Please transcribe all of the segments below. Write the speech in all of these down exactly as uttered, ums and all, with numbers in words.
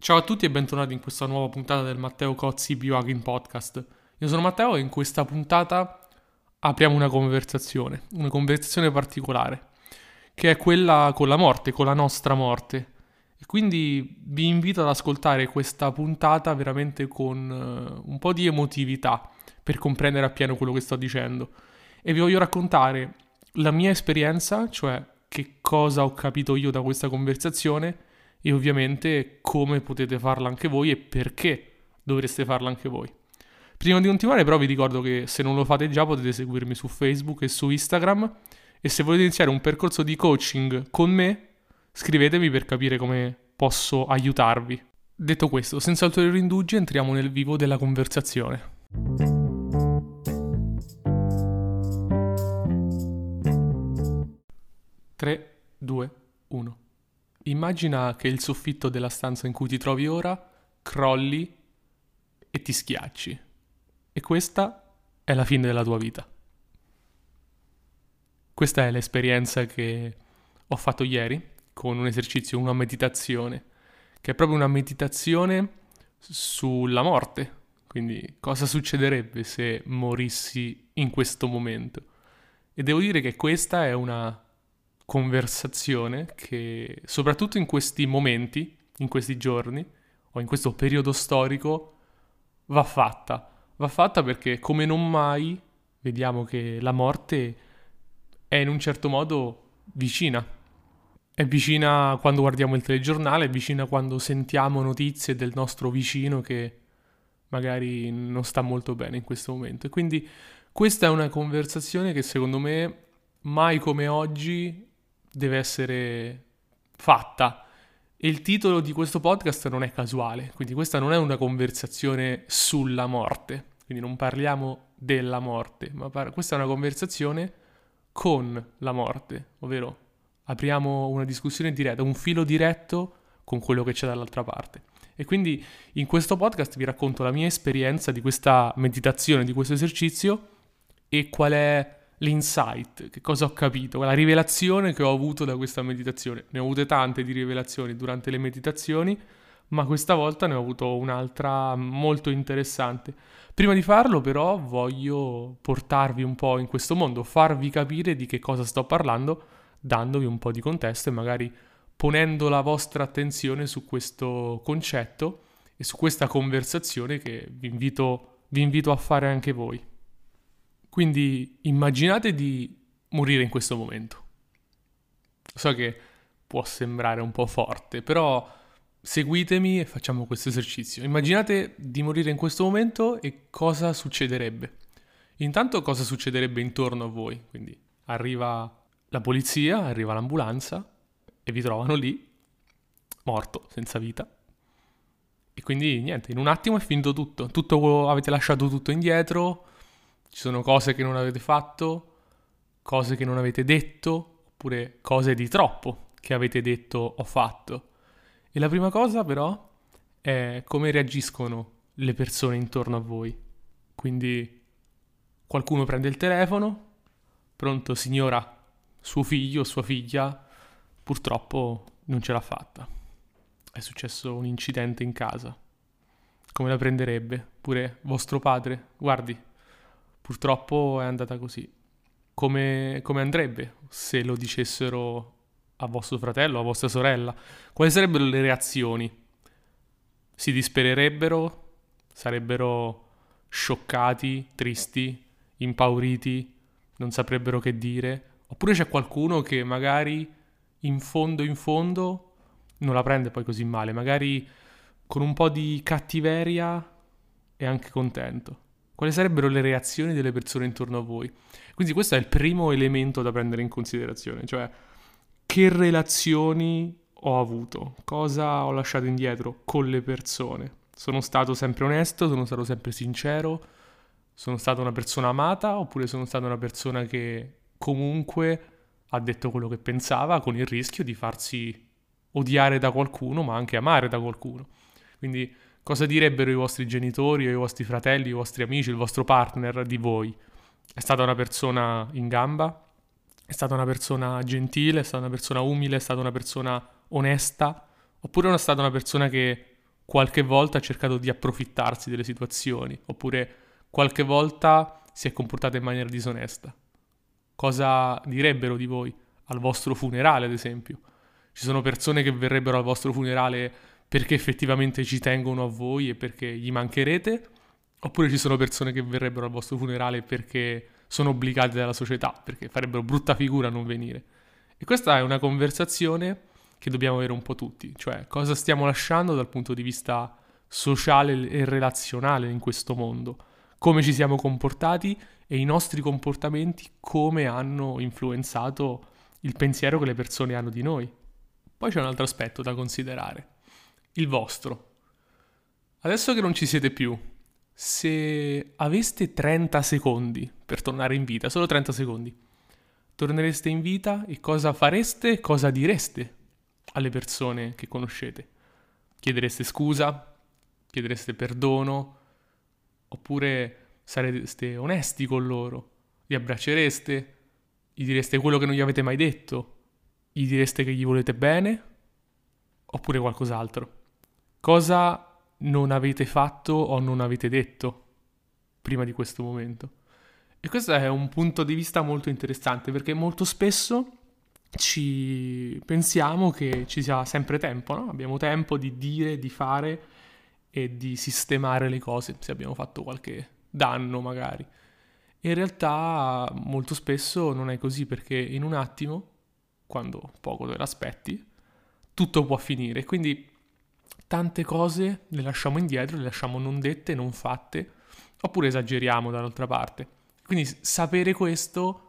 Ciao a tutti e bentornati in questa nuova puntata del Matteo Cozzi Biohacking Podcast. Io sono Matteo e in questa puntata apriamo una conversazione, una conversazione particolare, che è quella con la morte, con la nostra morte. E quindi vi invito ad ascoltare questa puntata veramente con eh, un po' di emotività per comprendere appieno quello che sto dicendo. E vi voglio raccontare la mia esperienza, cioè che cosa ho capito io da questa conversazione e ovviamente come potete farla anche voi e perché dovreste farla anche voi. Prima di continuare però vi ricordo che se non lo fate già potete seguirmi su Facebook e su Instagram e se volete iniziare un percorso di coaching con me scrivetemi per capire come posso aiutarvi. Detto questo, senza ulteriori indugi entriamo nel vivo della conversazione. tre, due, uno. Immagina che il soffitto della stanza in cui ti trovi ora crolli e ti schiacci. E questa è la fine della tua vita. Questa è l'esperienza che ho fatto ieri con un esercizio, una meditazione, che è proprio una meditazione sulla morte. Quindi cosa succederebbe se morissi in questo momento? E devo dire che questa è una conversazione che, soprattutto in questi momenti, in questi giorni, o in questo periodo storico, va fatta. Va fatta perché, come non mai, vediamo che la morte è in un certo modo vicina. È vicina quando guardiamo il telegiornale, è vicina quando sentiamo notizie del nostro vicino che magari non sta molto bene in questo momento. E quindi questa è una conversazione che secondo me mai come oggi deve essere fatta. E il titolo di questo podcast non è casuale, quindi questa non è una conversazione sulla morte, quindi non parliamo della morte, ma par- questa è una conversazione con la morte, ovvero apriamo una discussione diretta, un filo diretto con quello che c'è dall'altra parte. E quindi in questo podcast vi racconto la mia esperienza di questa meditazione, di questo esercizio e qual è l'insight, che cosa ho capito, la rivelazione che ho avuto da questa meditazione. Ne ho avute tante di rivelazioni durante le meditazioni, ma questa volta ne ho avuto un'altra molto interessante. Prima di farlo però voglio portarvi un po' in questo mondo, farvi capire di che cosa sto parlando, dandovi un po' di contesto e magari ponendo la vostra attenzione su questo concetto e su questa conversazione che vi invito, vi invito a fare anche voi. Quindi immaginate di morire in questo momento. So che può sembrare un po' forte, però seguitemi e facciamo questo esercizio. Immaginate di morire in questo momento e cosa succederebbe. Intanto cosa succederebbe intorno a voi? Quindi arriva la polizia, arriva l'ambulanza e vi trovano lì, morto, senza vita. E quindi niente, in un attimo è finito tutto. Tutto avete lasciato tutto indietro. Ci sono cose che non avete fatto, cose che non avete detto, oppure cose di troppo che avete detto o fatto. E la prima cosa però è come reagiscono le persone intorno a voi. Quindi qualcuno prende il telefono, pronto signora, suo figlio o sua figlia purtroppo non ce l'ha fatta. È successo un incidente in casa. Come la prenderebbe? Pure vostro padre, guardi. Purtroppo è andata così. Come, come andrebbe se lo dicessero a vostro fratello, a vostra sorella? Quali sarebbero le reazioni? Si dispererebbero? Sarebbero scioccati, tristi, impauriti? Non saprebbero che dire? Oppure c'è qualcuno che magari in fondo in fondo non la prende poi così male, magari con un po' di cattiveria è anche contento. Quali sarebbero le reazioni delle persone intorno a voi? Quindi questo è il primo elemento da prendere in considerazione, cioè che relazioni ho avuto, cosa ho lasciato indietro con le persone. Sono stato sempre onesto, sono stato sempre sincero, sono stata una persona amata oppure sono stata una persona che comunque ha detto quello che pensava con il rischio di farsi odiare da qualcuno ma anche amare da qualcuno. Quindi cosa direbbero i vostri genitori, o i vostri fratelli, i vostri amici, il vostro partner di voi? È stata una persona in gamba? È stata una persona gentile? È stata una persona umile? È stata una persona onesta? Oppure è stata una persona che qualche volta ha cercato di approfittarsi delle situazioni, oppure qualche volta si è comportata in maniera disonesta. Cosa direbbero di voi al vostro funerale, ad esempio? Ci sono persone che verrebbero al vostro funerale perché effettivamente ci tengono a voi e perché gli mancherete, oppure ci sono persone che verrebbero al vostro funerale perché sono obbligate dalla società, perché farebbero brutta figura a non venire. E questa è una conversazione che dobbiamo avere un po' tutti, cioè cosa stiamo lasciando dal punto di vista sociale e relazionale in questo mondo, come ci siamo comportati e i nostri comportamenti come hanno influenzato il pensiero che le persone hanno di noi. Poi c'è un altro aspetto da considerare, il vostro. Adesso che non ci siete più, se aveste trenta secondi per tornare in vita, solo trenta secondi, tornereste in vita e cosa fareste e cosa direste alle persone che conoscete? Chiedereste scusa? Chiedereste perdono? Oppure sareste onesti con loro? Li abbraccereste? Gli direste quello che non gli avete mai detto? Gli direste che gli volete bene? Oppure qualcos'altro? Cosa non avete fatto o non avete detto prima di questo momento? E questo è un punto di vista molto interessante, perché molto spesso ci pensiamo che ci sia sempre tempo, no? Abbiamo tempo di dire, di fare e di sistemare le cose, se abbiamo fatto qualche danno magari. E in realtà molto spesso non è così, perché in un attimo, quando poco te l'aspetti, tutto può finire. Quindi tante cose le lasciamo indietro, le lasciamo non dette, non fatte, oppure esageriamo dall'altra parte. Quindi sapere questo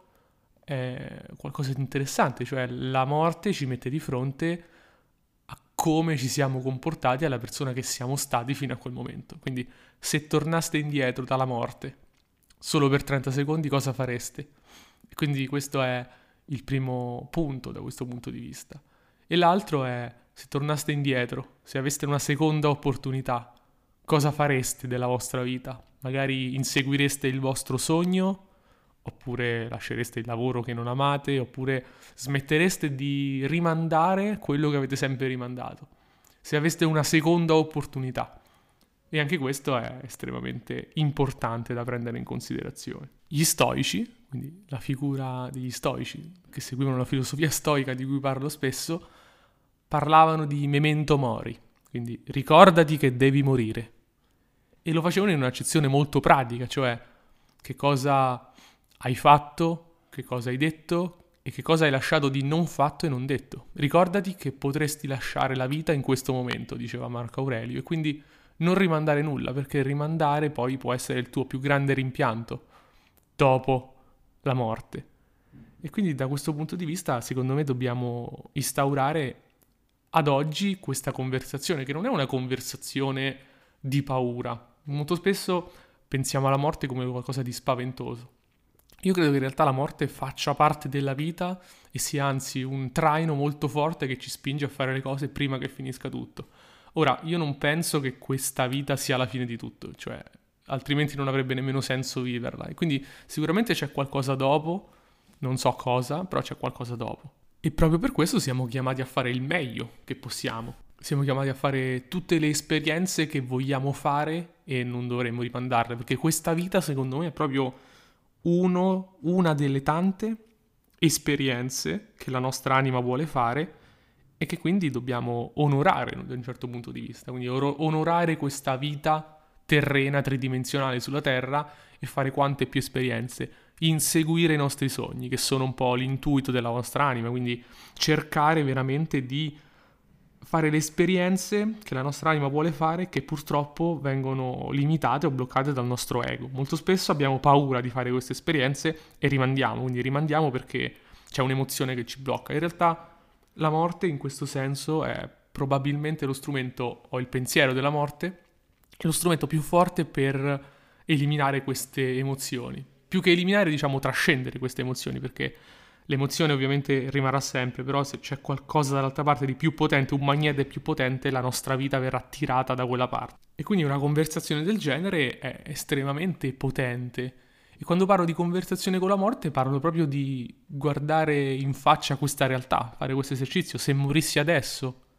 è qualcosa di interessante, cioè la morte ci mette di fronte a come ci siamo comportati alla persona che siamo stati fino a quel momento. Quindi se tornaste indietro dalla morte solo per trenta secondi, cosa fareste? E quindi questo è il primo punto da questo punto di vista. E l'altro è, se tornaste indietro, se aveste una seconda opportunità, cosa fareste della vostra vita? Magari inseguireste il vostro sogno, oppure lascereste il lavoro che non amate, oppure smettereste di rimandare quello che avete sempre rimandato. Se aveste una seconda opportunità. E anche questo è estremamente importante da prendere in considerazione. Gli stoici, quindi la figura degli stoici, che seguivano la filosofia stoica di cui parlo spesso, parlavano di memento mori, quindi ricordati che devi morire. E lo facevano in un'accezione molto pratica, cioè che cosa hai fatto, che cosa hai detto e che cosa hai lasciato di non fatto e non detto. Ricordati che potresti lasciare la vita in questo momento, diceva Marco Aurelio, e quindi non rimandare nulla, perché rimandare poi può essere il tuo più grande rimpianto dopo la morte. E quindi da questo punto di vista, secondo me, dobbiamo instaurare ad oggi questa conversazione, che non è una conversazione di paura. Molto spesso pensiamo alla morte come qualcosa di spaventoso. Io credo che in realtà la morte faccia parte della vita e sia anzi un traino molto forte che ci spinge a fare le cose prima che finisca tutto. Ora, io non penso che questa vita sia la fine di tutto, cioè altrimenti non avrebbe nemmeno senso viverla. E quindi sicuramente c'è qualcosa dopo, non so cosa, però c'è qualcosa dopo. E proprio per questo siamo chiamati a fare il meglio che possiamo. Siamo chiamati a fare tutte le esperienze che vogliamo fare e non dovremmo rimandarle, perché questa vita secondo me è proprio uno, una delle tante esperienze che la nostra anima vuole fare e che quindi dobbiamo onorare da un certo punto di vista. Quindi onorare questa vita terrena, tridimensionale sulla Terra e fare quante più esperienze, inseguire i nostri sogni, che sono un po' l'intuito della nostra anima, quindi cercare veramente di fare le esperienze che la nostra anima vuole fare, che purtroppo vengono limitate o bloccate dal nostro ego. Molto spesso abbiamo paura di fare queste esperienze e rimandiamo, quindi rimandiamo perché c'è un'emozione che ci blocca. In realtà la morte in questo senso è probabilmente lo strumento, o il pensiero della morte, è lo strumento più forte per eliminare queste emozioni. Più che eliminare, diciamo, trascendere queste emozioni, perché l'emozione ovviamente rimarrà sempre, però se c'è qualcosa dall'altra parte di più potente, un magnete più potente, la nostra vita verrà tirata da quella parte. E quindi una conversazione del genere è estremamente potente. E quando parlo di conversazione con la morte parlo proprio di guardare in faccia questa realtà, fare questo esercizio. Se morissi adesso,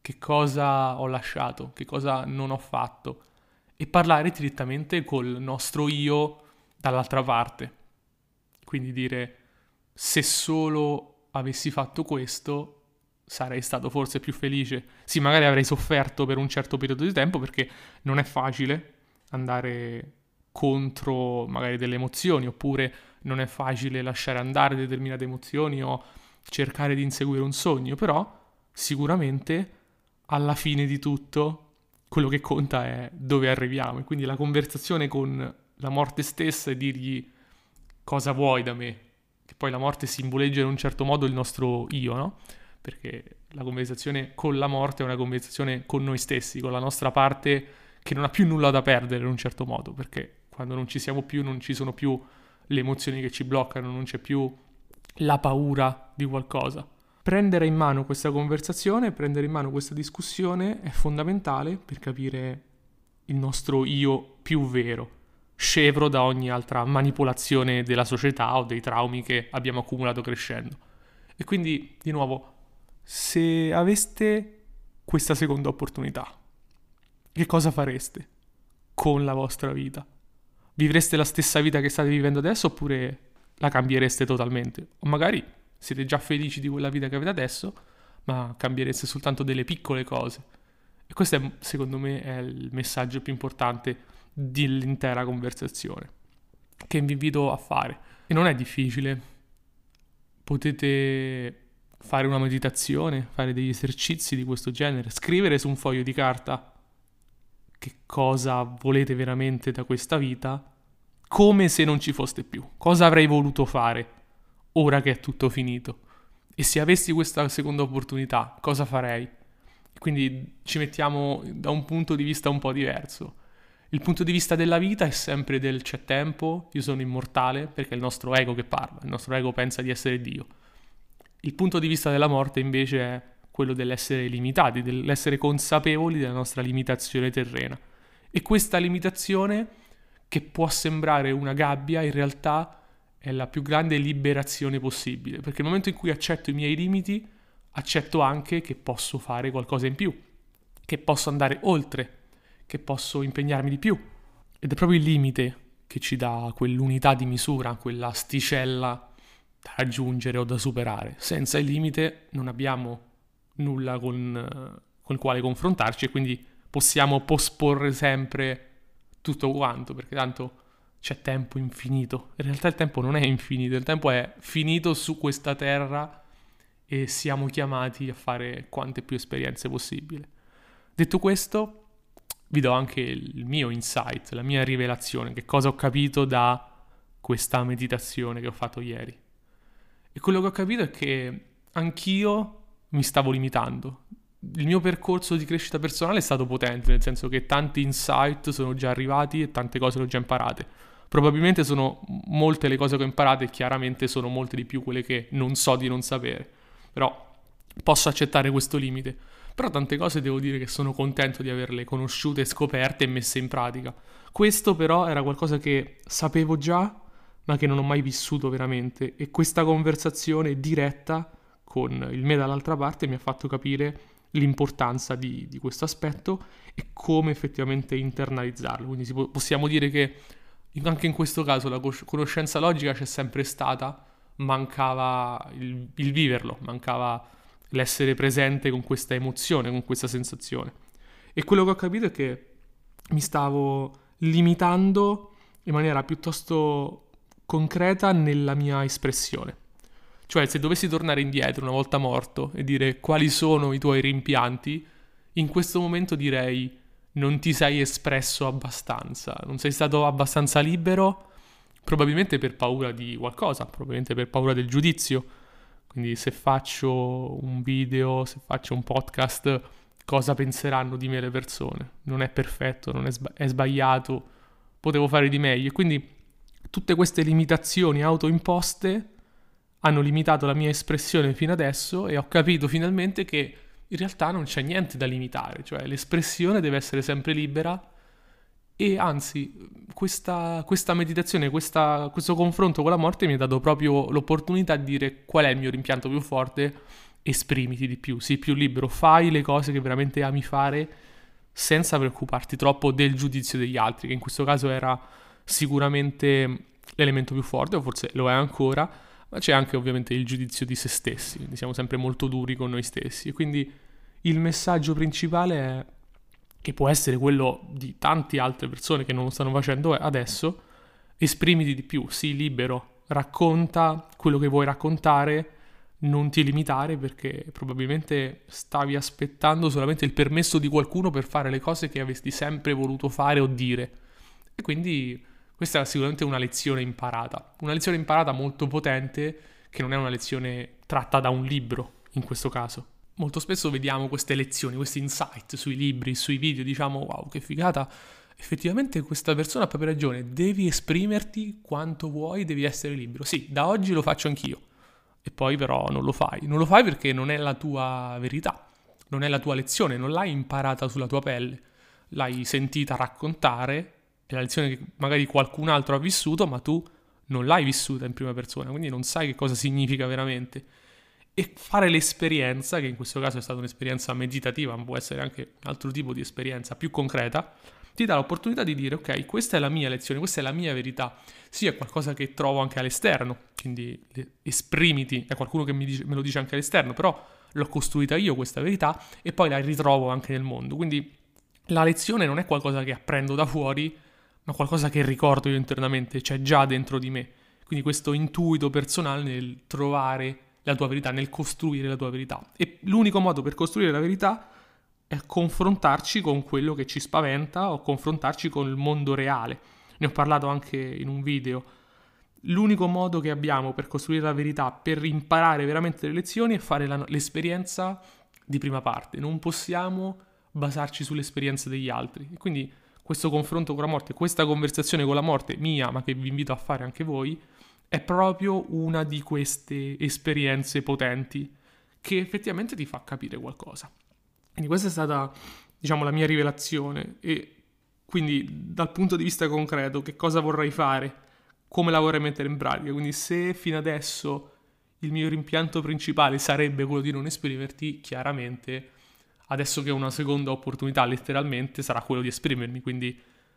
che cosa ho lasciato, che cosa non ho fatto, e parlare direttamente col nostro io dall'altra parte. Quindi dire, se solo avessi fatto questo sarei stato forse più felice. Sì, magari avrei sofferto per un certo periodo di tempo, perché non è facile andare contro magari delle emozioni, oppure non è facile lasciare andare determinate emozioni o cercare di inseguire un sogno, però sicuramente alla fine di tutto quello che conta è dove arriviamo, e quindi la conversazione con la morte stessa e dirgli cosa vuoi da me, che poi la morte simboleggia in un certo modo il nostro io, no? Perché la conversazione con la morte è una conversazione con noi stessi, con la nostra parte che non ha più nulla da perdere in un certo modo, perché quando non ci siamo più non ci sono più le emozioni che ci bloccano, non c'è più la paura di qualcosa. Prendere in mano questa conversazione, prendere in mano questa discussione è fondamentale per capire il nostro io più vero, scevro da ogni altra manipolazione della società o dei traumi che abbiamo accumulato crescendo. E quindi, di nuovo, se aveste questa seconda opportunità, che cosa fareste con la vostra vita? Vivreste la stessa vita che state vivendo adesso, oppure la cambiereste totalmente? O magari siete già felici di quella vita che avete adesso, ma cambiereste soltanto delle piccole cose. E questo è, secondo me, è il messaggio più importante dell'intera conversazione, che vi invito a fare. E non è difficile. Potete fare una meditazione, fare degli esercizi di questo genere, scrivere su un foglio di carta che cosa volete veramente da questa vita, come se non ci foste più. Cosa avrei voluto fare ora che è tutto finito? E se avessi questa seconda opportunità, cosa farei? Quindi ci mettiamo da un punto di vista un po' diverso. Il punto di vista della vita è sempre del c'è tempo, io sono immortale, perché è il nostro ego che parla, il nostro ego pensa di essere Dio. Il punto di vista della morte invece è quello dell'essere limitati, dell'essere consapevoli della nostra limitazione terrena. E questa limitazione, che può sembrare una gabbia, in realtà è la più grande liberazione possibile, perché nel momento in cui accetto i miei limiti, accetto anche che posso fare qualcosa in più, che posso andare oltre, che posso impegnarmi di più. Ed è proprio il limite che ci dà quell'unità di misura, quella asticella da raggiungere o da superare. Senza il limite non abbiamo nulla con, con il quale confrontarci, e quindi possiamo posporre sempre tutto quanto, perché tanto c'è tempo infinito. In realtà il tempo non è infinito, il tempo è finito su questa terra e siamo chiamati a fare quante più esperienze possibile. Detto questo, vi do anche il mio insight, la mia rivelazione, che cosa ho capito da questa meditazione che ho fatto ieri. E quello che ho capito è che anch'io mi stavo limitando. Il mio percorso di crescita personale è stato potente, nel senso che tanti insight sono già arrivati e tante cose le ho già imparate. Probabilmente sono molte le cose che ho imparato e chiaramente sono molte di più quelle che non so di non sapere. Però posso accettare questo limite. Però tante cose devo dire che sono contento di averle conosciute, scoperte e messe in pratica. Questo però era qualcosa che sapevo già, ma che non ho mai vissuto veramente, e questa conversazione diretta con il me dall'altra parte mi ha fatto capire l'importanza di, di questo aspetto e come effettivamente internalizzarlo. Quindi si può, possiamo dire che anche in questo caso la conoscenza logica c'è sempre stata, mancava il, il viverlo, mancava l'essere presente con questa emozione, con questa sensazione. E quello che ho capito è che mi stavo limitando in maniera piuttosto concreta nella mia espressione. Cioè, se dovessi tornare indietro una volta morto e dire quali sono i tuoi rimpianti, in questo momento direi non ti sei espresso abbastanza, non sei stato abbastanza libero, probabilmente per paura di qualcosa, probabilmente per paura del giudizio. Quindi se faccio un video, se faccio un podcast, cosa penseranno di me le persone? Non è perfetto, non è, sba- è sbagliato, potevo fare di meglio. E quindi tutte queste limitazioni autoimposte hanno limitato la mia espressione fino adesso, e ho capito finalmente che in realtà non c'è niente da limitare, cioè l'espressione deve essere sempre libera. E anzi, questa, questa meditazione, questa, questo confronto con la morte mi ha dato proprio l'opportunità di dire qual è il mio rimpianto più forte esprimiti di più, sii più libero, fai le cose che veramente ami fare senza preoccuparti troppo del giudizio degli altri, che in questo caso era sicuramente l'elemento più forte, o forse lo è ancora, ma c'è anche ovviamente il giudizio di se stessi, quindi siamo sempre molto duri con noi stessi. E quindi il messaggio principale è, che può essere quello di tante altre persone che non lo stanno facendo adesso: esprimiti di più, sii libero, racconta quello che vuoi raccontare, non ti limitare, perché probabilmente stavi aspettando solamente il permesso di qualcuno per fare le cose che avresti sempre voluto fare o dire. E quindi questa è sicuramente una lezione imparata, una lezione imparata molto potente, che non è una lezione tratta da un libro in questo caso. Molto spesso vediamo queste lezioni, questi insight sui libri, sui video, diciamo wow, che figata, effettivamente questa persona ha proprio ragione, devi esprimerti quanto vuoi, devi essere libero. Sì, da oggi lo faccio anch'io. E poi però non lo fai. Non lo fai perché non è la tua verità, non è la tua lezione, non l'hai imparata sulla tua pelle, l'hai sentita raccontare, è la lezione che magari qualcun altro ha vissuto, ma tu non l'hai vissuta in prima persona, quindi non sai che cosa significa veramente. E fare l'esperienza, che in questo caso è stata un'esperienza meditativa, ma può essere anche un altro tipo di esperienza più concreta, ti dà l'opportunità di dire ok, questa è la mia lezione, questa è la mia verità. Sì, è qualcosa che trovo anche all'esterno, quindi esprimiti, è qualcuno che mi dice, me lo dice anche all'esterno, però l'ho costruita io questa verità e poi la ritrovo anche nel mondo. Quindi la lezione non è qualcosa che apprendo da fuori, ma qualcosa che ricordo io internamente, c'è già dentro di me. Quindi questo intuito personale nel trovare la tua verità, nel costruire la tua verità. E l'unico modo per costruire la verità è confrontarci con quello che ci spaventa o confrontarci con il mondo reale. Ne ho parlato anche in un video. L'unico modo che abbiamo per costruire la verità, per imparare veramente le lezioni, è fare la, l'esperienza di prima parte. Non possiamo basarci sull'esperienza degli altri. E quindi questo confronto con la morte, questa conversazione con la morte mia, ma che vi invito a fare anche voi, è proprio una di queste esperienze potenti che effettivamente ti fa capire qualcosa. Quindi questa è stata, diciamo, la mia rivelazione. E quindi dal punto di vista concreto, che cosa vorrei fare? Come la vorrei mettere in pratica? Quindi se fino adesso il mio rimpianto principale sarebbe quello di non esprimerti, chiaramente adesso che ho una seconda opportunità letteralmente sarà quello di esprimermi, quindi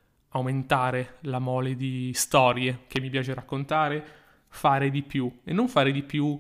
aumentare la mole di storie che mi piace raccontare, fare di più. E non fare di più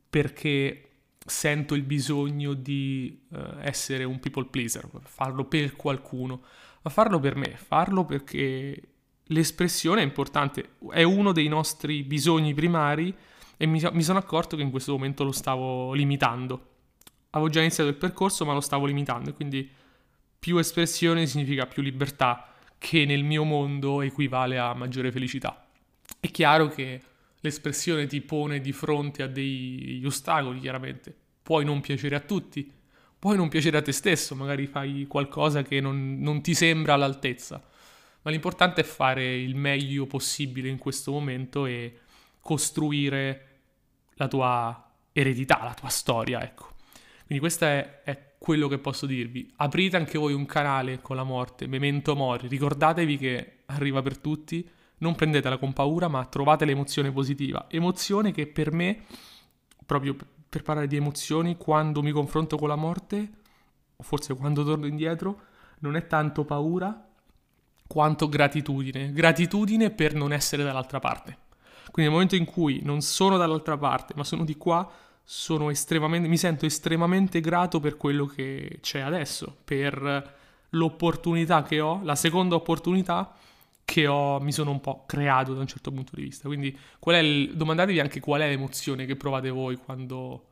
perché sento il bisogno di uh, essere un people pleaser, farlo per qualcuno, ma farlo per me, farlo perché l'espressione è importante, è uno dei nostri bisogni primari e mi, mi sono accorto che in questo momento lo stavo limitando. Avevo già iniziato il percorso ma lo stavo limitando e quindi più espressione significa più libertà, che nel mio mondo equivale a maggiore felicità. È chiaro che l'espressione ti pone di fronte a degli ostacoli, chiaramente. Puoi non piacere a tutti, puoi non piacere a te stesso, magari fai qualcosa che non, non ti sembra all'altezza. Ma l'importante è fare il meglio possibile in questo momento e costruire la tua eredità, la tua storia, ecco. Quindi questo è, è quello che posso dirvi. Aprite anche voi un canale con la morte, Memento Mori. Ricordatevi che arriva per tutti. Non prendetela con paura, ma trovate l'emozione positiva. Emozione che per me, proprio per parlare di emozioni, quando mi confronto con la morte, o forse quando torno indietro, non è tanto paura quanto gratitudine. Gratitudine per non essere dall'altra parte. Quindi nel momento in cui non sono dall'altra parte, ma sono di qua, sono estremamente, mi sento estremamente grato per quello che c'è adesso, per l'opportunità che ho, la seconda opportunità che ho, mi sono un po' creato da un certo punto di vista. Quindi qual è il, domandatevi anche qual è l'emozione che provate voi quando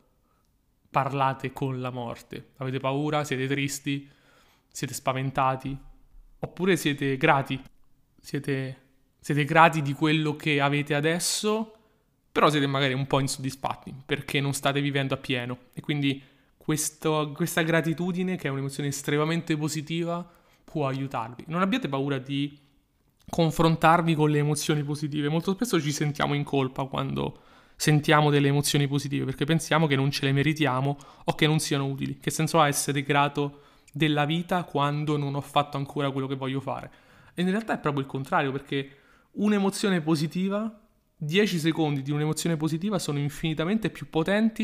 parlate con la morte. Avete paura? Siete tristi? Siete spaventati? Oppure siete grati? Siete, siete grati di quello che avete adesso, però siete magari un po' insoddisfatti perché non state vivendo appieno. E quindi questo, questa gratitudine, che è un'emozione estremamente positiva, può aiutarvi. Non abbiate paura di confrontarvi con le emozioni positive. Molto spesso ci sentiamo in colpa quando sentiamo delle emozioni positive perché pensiamo che non ce le meritiamo o che non siano utili. Che senso ha essere grato della vita quando non ho fatto ancora quello che voglio fare? E in realtà è proprio il contrario, perché un'emozione positiva, dieci secondi di un'emozione positiva sono infinitamente più potenti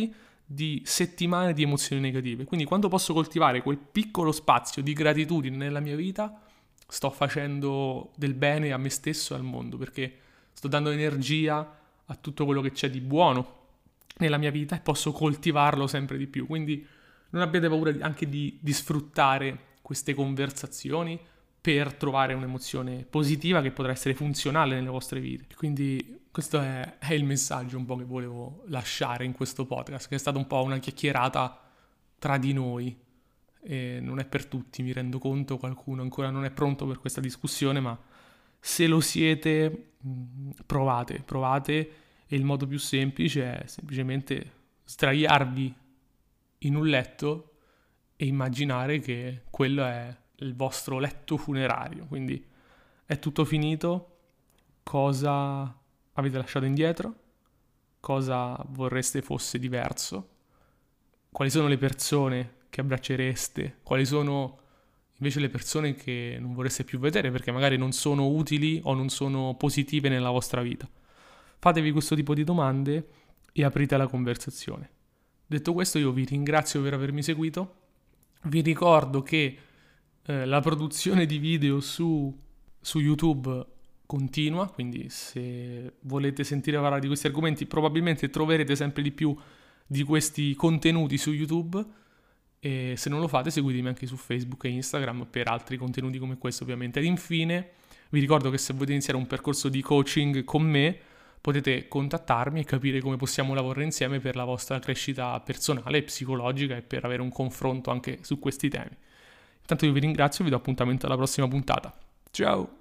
di settimane di emozioni negative. Quindi quando posso coltivare quel piccolo spazio di gratitudine nella mia vita, sto facendo del bene a me stesso e al mondo, perché sto dando energia a tutto quello che c'è di buono nella mia vita e posso coltivarlo sempre di più. Quindi non abbiate paura anche di, di sfruttare queste conversazioni per trovare un'emozione positiva che potrà essere funzionale nelle vostre vite. Quindi questo è, è il messaggio un po' che volevo lasciare in questo podcast, che è stata un po' una chiacchierata tra di noi. E non è per tutti, mi rendo conto, qualcuno ancora non è pronto per questa discussione, ma se lo siete, provate, provate, e il modo più semplice è semplicemente sdraiarvi in un letto e immaginare che quello è il vostro letto funerario. Quindi è tutto finito, cosa avete lasciato indietro, cosa vorreste fosse diverso, quali sono le persone che abbraccereste, quali sono invece le persone che non vorreste più vedere perché magari non sono utili o non sono positive nella vostra vita. Fatevi questo tipo di domande e aprite la conversazione. Detto questo, io vi ringrazio per avermi seguito. Vi ricordo che eh, la produzione di video su, su YouTube continua, quindi se volete sentire parlare di questi argomenti probabilmente troverete sempre di più di questi contenuti su YouTube, e se non lo fate seguitemi anche su Facebook e Instagram per altri contenuti come questo, ovviamente. Ed infine vi ricordo che se volete iniziare un percorso di coaching con me potete contattarmi e capire come possiamo lavorare insieme per la vostra crescita personale e psicologica e per avere un confronto anche su questi temi. Intanto io vi ringrazio e vi do appuntamento alla prossima puntata. Ciao!